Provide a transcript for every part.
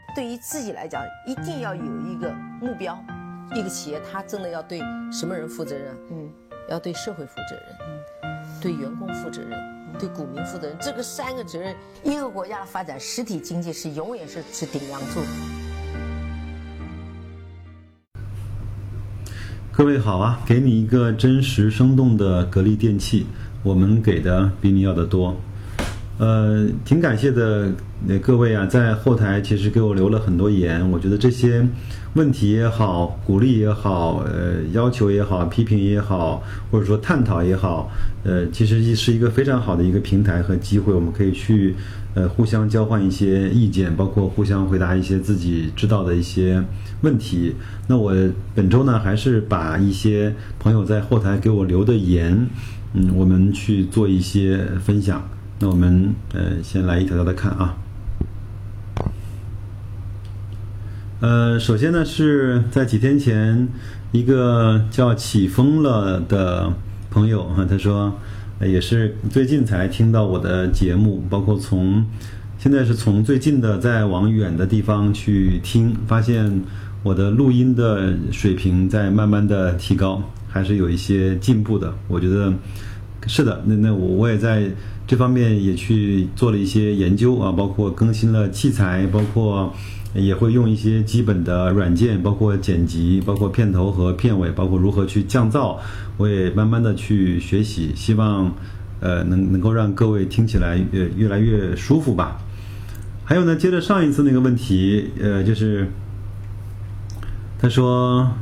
对于自己来讲，一定要有一个目标。一个企业，它真的要对什么人负责任？要对社会负责任，对员工负责任，对股民负责任。这个3个责任，一个国家的发展，实体经济是永远是顶梁柱。 各位好啊，给你一个真实生动的格力电器，我们给的比你要的多。挺感谢的各位啊，在后台其实给我留了很多言，我觉得这些问题也好，鼓励也好，要求也好，批评也好，或者说探讨也好，其实是一个非常好的一个平台和机会，我们可以去互相交换一些意见，包括互相回答一些自己知道的一些问题。那我本周呢，还是把一些朋友在后台给我留的言，我们去做一些分享。那我们先来一条条的看啊。首先呢是在几天前，一个叫起风了的朋友啊，他说也是最近才听到我的节目，包括现在是从最近的再往远的地方去听，发现我的录音的水平在慢慢的提高，还是有一些进步的。我觉得是的，那我也在这方面也去做了一些研究啊，包括更新了器材，包括也会用一些基本的软件，包括剪辑，包括片头和片尾，包括如何去降噪，我也慢慢的去学习，希望能够让各位听起来越来越舒服吧。还有呢，接着上一次那个问题，就是他说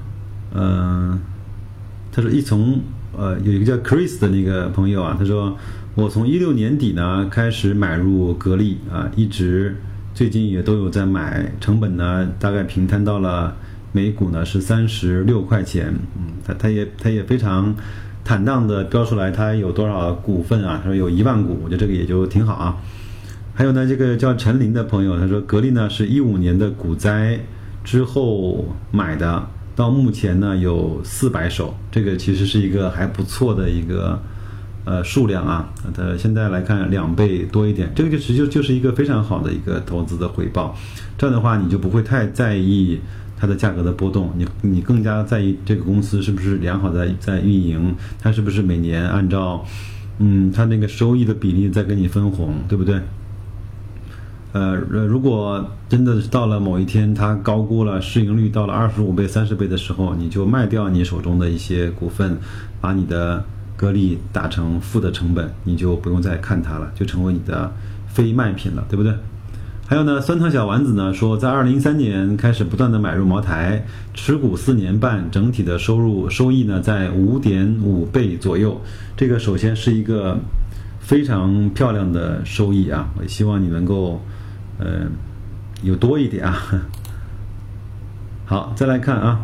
有一个叫 Chris 的那个朋友啊，他说我从16年底呢开始买入格力啊，一直最近也都有在买，成本呢大概平摊到了每股呢是36块钱。他也非常坦荡的标出来他有多少股份啊，他说有1万股，我觉得这个也就挺好啊。还有呢，这个叫陈林的朋友，他说格力呢是15年的股灾之后买的，到目前呢有400手，这个其实是一个还不错的一个数量啊。它现在来看2倍多一点，这个就是一个非常好的一个投资的回报。这样的话你就不会太在意它的价格的波动，你更加在意这个公司是不是良好在运营，它是不是每年按照它那个收益的比例在给你分红，对不对？如果真的到了某一天它高估了，市盈率到了25倍、30倍的时候，你就卖掉你手中的一些股份，把你的格力打成负的成本，你就不用再看它了，就成为你的非卖品了，对不对？还有呢，酸汤小丸子呢说，在2013年开始不断的买入茅台，持股4年半，整体的收益呢在5.5倍左右。这个首先是一个非常漂亮的收益啊，我希望你能够有多一点啊。好，再来看啊，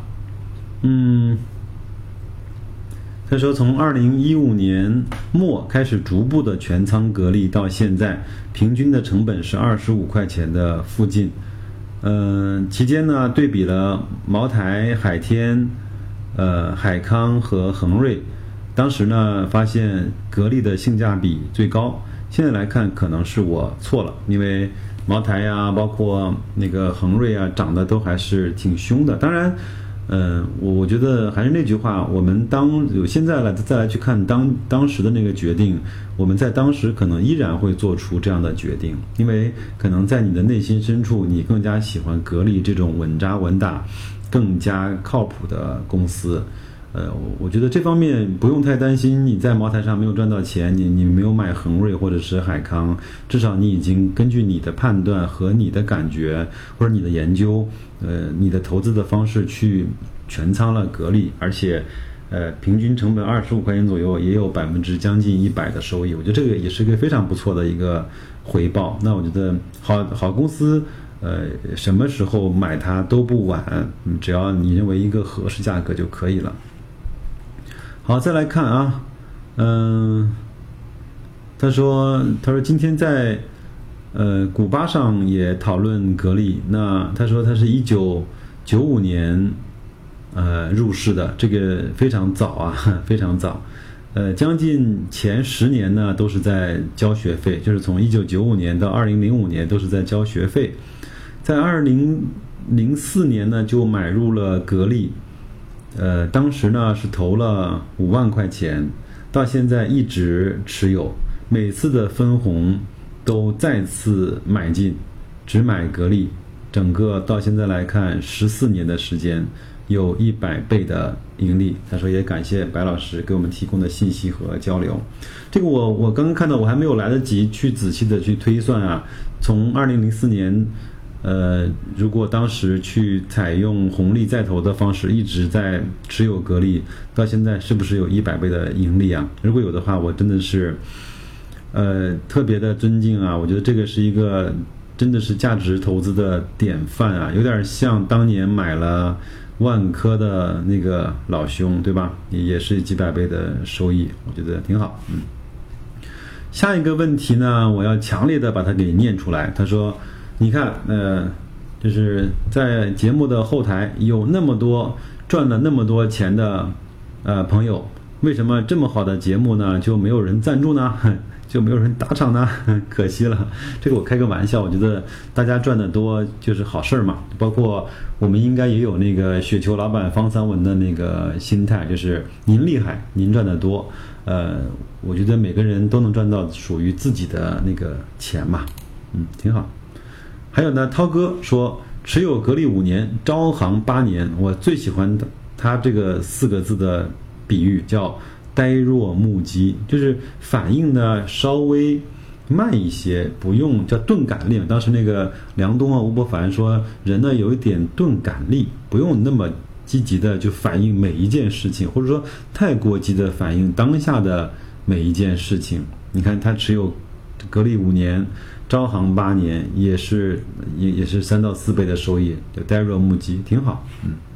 他说从2015年末开始逐步的全仓格力，到现在平均的成本是25块钱的附近。期间呢对比了茅台、海天、海康和恒瑞，当时呢发现格力的性价比最高。现在来看可能是我错了，因为茅台呀，包括那个恒瑞啊，涨得都还是挺凶的。当然我觉得还是那句话，我们现在再来去看当时的那个决定，我们在当时可能依然会做出这样的决定，因为可能在你的内心深处，你更加喜欢格力这种稳扎稳打、更加靠谱的公司。我觉得这方面不用太担心，你在茅台上没有赚到钱，你没有买恒瑞或者是海康，至少你已经根据你的判断和你的感觉或者你的研究，你的投资的方式去全仓了格力，而且平均成本25块钱左右，也有将近100的收益。我觉得这个也是一个非常不错的一个回报。那我觉得好公司什么时候买它都不晚，只要你认为一个合适价格就可以了。好，再来看啊，他说今天在股吧上也讨论格力。那他说他是1995年入市的，这个非常早啊，非常早。将近前10年呢都是在交学费，就是从1995年到2005年都是在交学费。 在2004年呢就买入了格力，当时呢是投了5万块钱，到现在一直持有，每次的分红都再次买进，只买格力，整个到现在来看14年的时间，有100倍的盈利。他说也感谢白老师给我们提供的信息和交流。这个我刚刚看到，我还没有来得及去仔细的去推算啊。从2004年，如果当时去采用红利再投的方式，一直在持有格力，到现在是不是有100倍的盈利啊？如果有的话，我真的是特别的尊敬啊！我觉得这个是一个真的是价值投资的典范啊，有点像当年买了万科的那个老兄，对吧？也是几百倍的收益，我觉得挺好。下一个问题呢，我要强烈的把它给念出来。他说：“你看，就是在节目的后台有那么多赚了那么多钱的朋友，为什么这么好的节目呢就没有人赞助呢？就没有人打赏呢？可惜了。这个我开个玩笑，我觉得大家赚得多就是好事嘛。包括我们应该也有那个雪球老板方三文的那个心态，就是您厉害，您赚得多。我觉得每个人都能赚到属于自己的那个钱嘛，挺好。还有呢，涛哥说持有格力5年，招行8年，我最喜欢他这个4个字的比喻叫呆若木鸡，就是反应呢稍微慢一些，不用叫钝感力。当时那个梁冬啊、吴伯凡说人呢有一点钝感力，不用那么积极的就反映每一件事情，或者说太过激的反映当下的每一件事情。你看他持有格力5年，招行8年，也是3到4倍的收益，就呆若木鸡，挺好。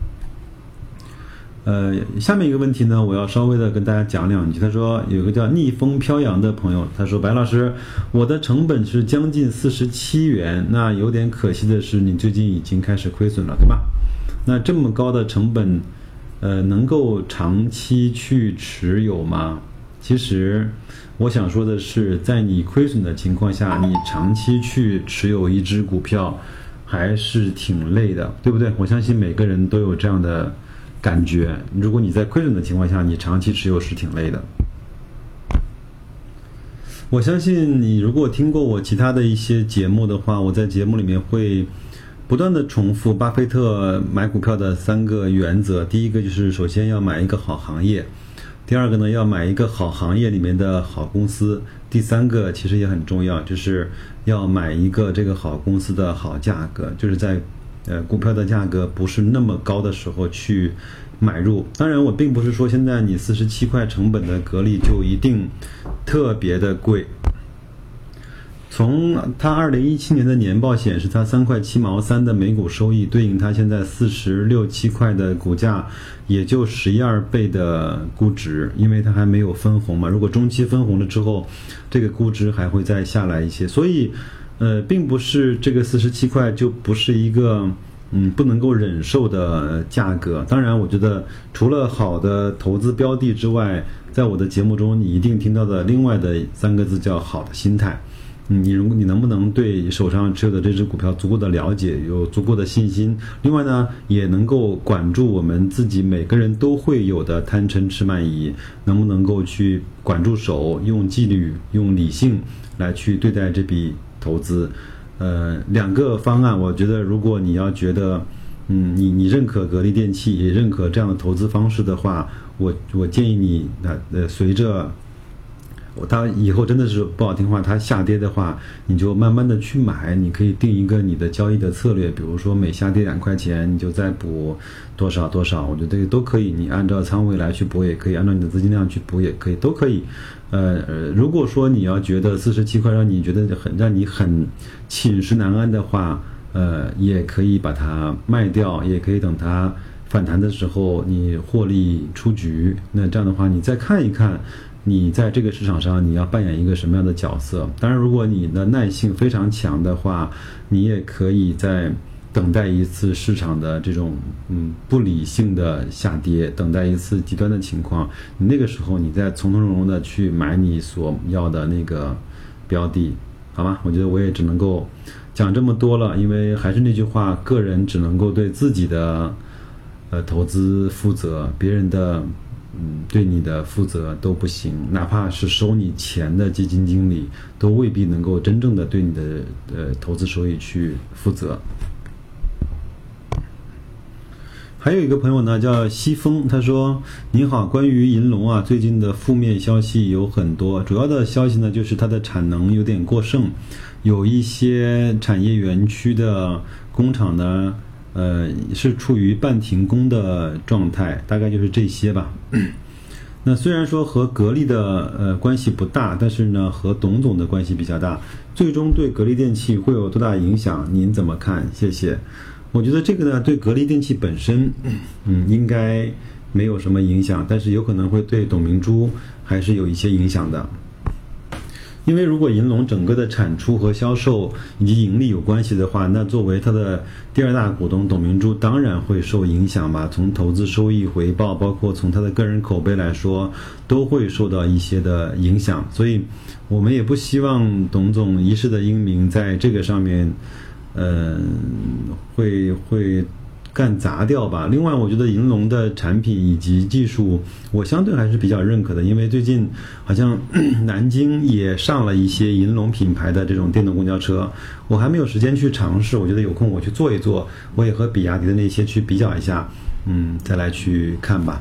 下面一个问题呢，我要稍微的跟大家讲2句。他说有个叫逆风飘扬的朋友，他说白老师，我的成本是将近47元，那有点可惜的是你最近已经开始亏损了，对吧？那这么高的成本，能够长期去持有吗？其实我想说的是，在你亏损的情况下，你长期去持有一只股票还是挺累的，对不对？我相信每个人都有这样的感觉，如果你在亏损的情况下，你长期持有是挺累的。我相信你如果听过我其他的一些节目的话，我在节目里面会不断的重复巴菲特买股票的3个原则。第一个就是首先要买一个好行业，第二个呢要买一个好行业里面的好公司，第3个其实也很重要，就是要买一个这个好公司的好价格，就是在股票的价格不是那么高的时候去买入。当然我并不是说现在你47块成本的格力就一定特别的贵，从它2017年的年报显示，它3块7毛3的每股收益对应它现在46、7块的股价，也就11、2倍的估值，因为它还没有分红嘛。如果中期分红了之后，这个估值还会再下来一些，所以并不是这个47块就不是一个不能够忍受的价格。当然我觉得除了好的投资标的之外，在我的节目中你一定听到的另外的3个字叫好的心态。你能不能对手上持有的这只股票足够的了解，有足够的信心，另外呢也能够管住我们自己每个人都会有的贪嗔痴慢疑，能不能够去管住手，用纪律用理性来去对待这笔投资。2个方案，我觉得如果你要觉得你认可格力电器，也认可这样的投资方式的话，我建议你随着它以后真的是不好听话，它下跌的话，你就慢慢的去买。你可以定一个你的交易的策略，比如说每下跌2块钱，你就再补多少多少，我觉得这个都可以。你按照仓位来去补也可以，按照你的资金量去补也可以，都可以。如果说你要觉得47块让你觉得让你很寝食难安的话，也可以把它卖掉，也可以等它反弹的时候你获利出局。那这样的话，你再看一看你在这个市场上你要扮演一个什么样的角色。当然如果你的耐性非常强的话，你也可以在等待一次市场的这种不理性的下跌，等待一次极端的情况，你那个时候你再从容的去买你所要的那个标的，好吗？我觉得我也只能够讲这么多了，因为还是那句话，个人只能够对自己的投资负责，别人的对你的负责都不行，哪怕是收你钱的基金经理，都未必能够真正的对你的投资收益去负责。还有一个朋友呢叫西风，他说：您好，关于银龙啊，最近的负面消息有很多，主要的消息呢就是它的产能有点过剩，有一些产业园区的工厂呢是处于半停工的状态，大概就是这些吧。那虽然说和格力的关系不大，但是呢和董总的关系比较大，最终对格力电器会有多大影响？您怎么看？谢谢。我觉得这个呢对格力电器本身应该没有什么影响，但是有可能会对董明珠还是有一些影响的。因为如果银龙整个的产出和销售以及盈利有关系的话，那作为它的第二大股东董明珠当然会受影响吧，从投资收益回报，包括从他的个人口碑来说，都会受到一些的影响。所以我们也不希望董总一世的英名在这个上面会干砸掉吧。另外我觉得银龙的产品以及技术我相对还是比较认可的，因为最近好像南京也上了一些银龙品牌的这种电动公交车，我还没有时间去尝试，我觉得有空我去做一做，我也和比亚迪的那些去比较一下，再来去看吧。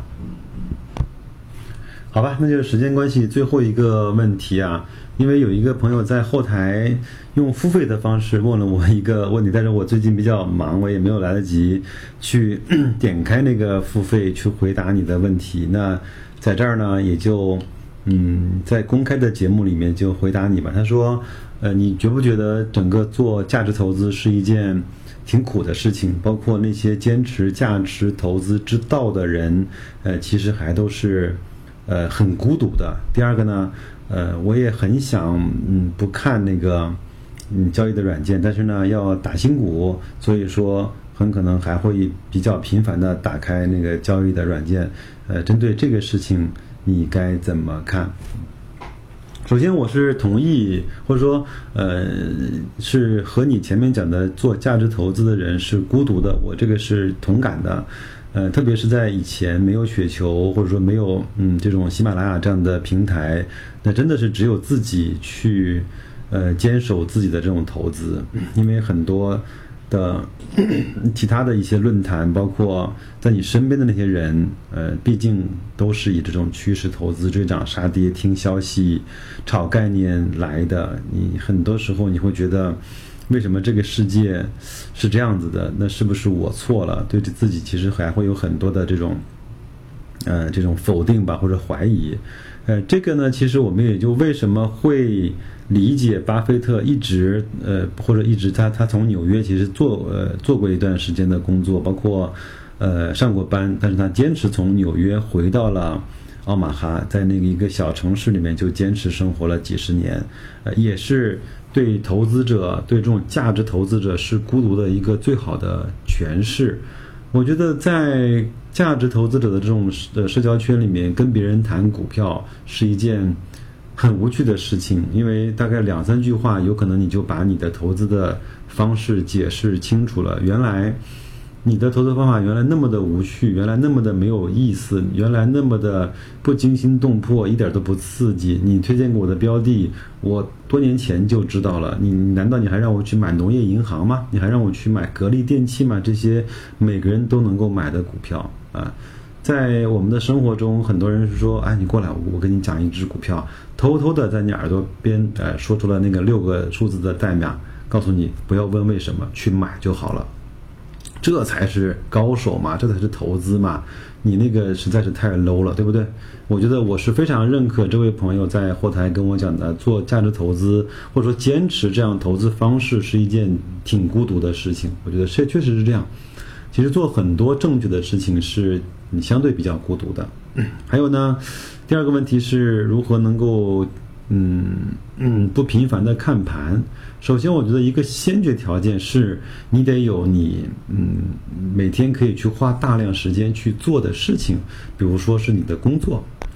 好吧，那就是时间关系，最后一个问题啊，因为有一个朋友在后台用付费的方式问了我一个问题，但是我最近比较忙，我也没有来得及去点开那个付费去回答你的问题。那在这儿呢，也就在公开的节目里面就回答你吧。他说，你觉不觉得整个做价值投资是一件挺苦的事情？包括那些坚持价值投资之道的人，其实还都是很孤独的。第二个呢，我也很想不看那个交易的软件，但是呢要打新股，所以说很可能还会比较频繁的打开那个交易的软件。针对这个事情你该怎么看？首先我是同意，或者说是和你前面讲的做价值投资的人是孤独的，我这个是同感的。特别是在以前没有雪球，或者说没有这种喜马拉雅这样的平台，那真的是只有自己去坚守自己的这种投资。因为很多的其他的一些论坛，包括在你身边的那些人，毕竟都是以这种趋势投资、追涨杀跌、听消息、炒概念来的。你很多时候你会觉得，为什么这个世界是这样子的？那是不是我错了？对自己其实还会有很多的这种否定吧，或者怀疑。这个呢，其实我们也就为什么会理解巴菲特一直或者一直他从纽约其实做过一段时间的工作，包括上过班，但是他坚持从纽约回到了奥马哈，在那个一个小城市里面就坚持生活了几十年，也是对投资者，对这种价值投资者是孤独的一个最好的诠释。我觉得在价值投资者的这种社交圈里面，跟别人谈股票是一件很无趣的事情，因为大概2-3句话，有可能你就把你的投资的方式解释清楚了。原来你的投资方法原来那么的无趣，原来那么的没有意思，原来那么的不惊心动魄，一点都不刺激。你推荐给我的标的，我多年前就知道了。难道你还让我去买农业银行吗？你还让我去买格力电器吗？这些每个人都能够买的股票啊。在我们的生活中，很多人是说，你过来，我跟你讲一只股票，偷偷的在你耳朵边说出了那个6个数字的代码，告诉你不要问为什么，去买就好了。这才是高手嘛，这才是投资嘛，你那个实在是太 low 了，对不对？我觉得我是非常认可这位朋友在后台跟我讲的，做价值投资或者说坚持这样投资方式是一件挺孤独的事情。我觉得这确实是这样。其实做很多正确的事情是你相对比较孤独的。还有呢，第二个问题是如何能够不频繁的看盘。首先我觉得一个先决条件是你得有你每天可以去花大量时间去做的事情，比如说是你的工作。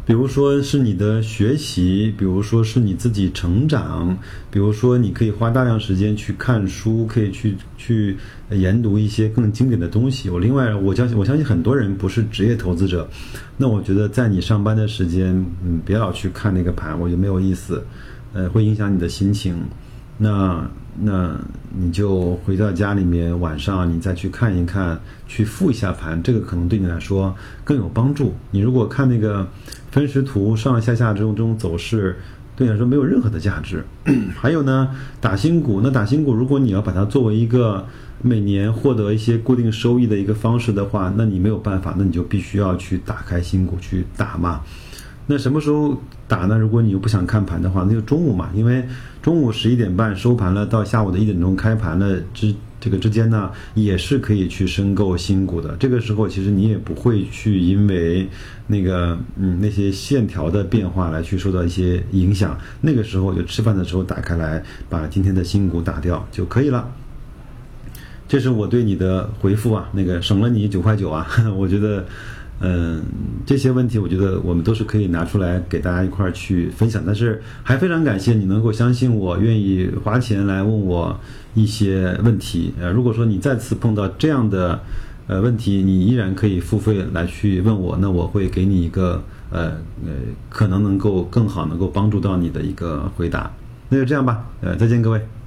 比如说是你的学习，比如说是你自己成长，比如说你可以花大量时间去看书，可以去研读一些更经典的东西。我相信很多人不是职业投资者，那我觉得在你上班的时间，别老去看那个盘，我觉得没有意思，会影响你的心情。那你就回到家里面，晚上你再去看一看，去复一下盘，这个可能对你来说更有帮助。你如果看那个分时图上上下下这种走势，对你来说没有任何的价值。还有呢，打新股，那打新股如果你要把它作为一个每年获得一些固定收益的一个方式的话，那你没有办法，那你就必须要去打开新股去打嘛。那什么时候打呢？如果你又不想看盘的话，那就中午嘛，因为中午11点半收盘了，到下午的1点钟开盘了之间呢，也是可以去申购新股的。这个时候其实你也不会去因为那些线条的变化来去受到一些影响。那个时候就吃饭的时候打开来，把今天的新股打掉就可以了。这是我对你的回复啊，省了你9.9块啊，我觉得。这些问题我觉得我们都是可以拿出来给大家一块儿去分享，但是还非常感谢你能够相信我，愿意花钱来问我一些问题。如果说你再次碰到这样的问题，你依然可以付费来去问我，那我会给你一个可能能够更好能够帮助到你的一个回答。那就这样吧，再见各位。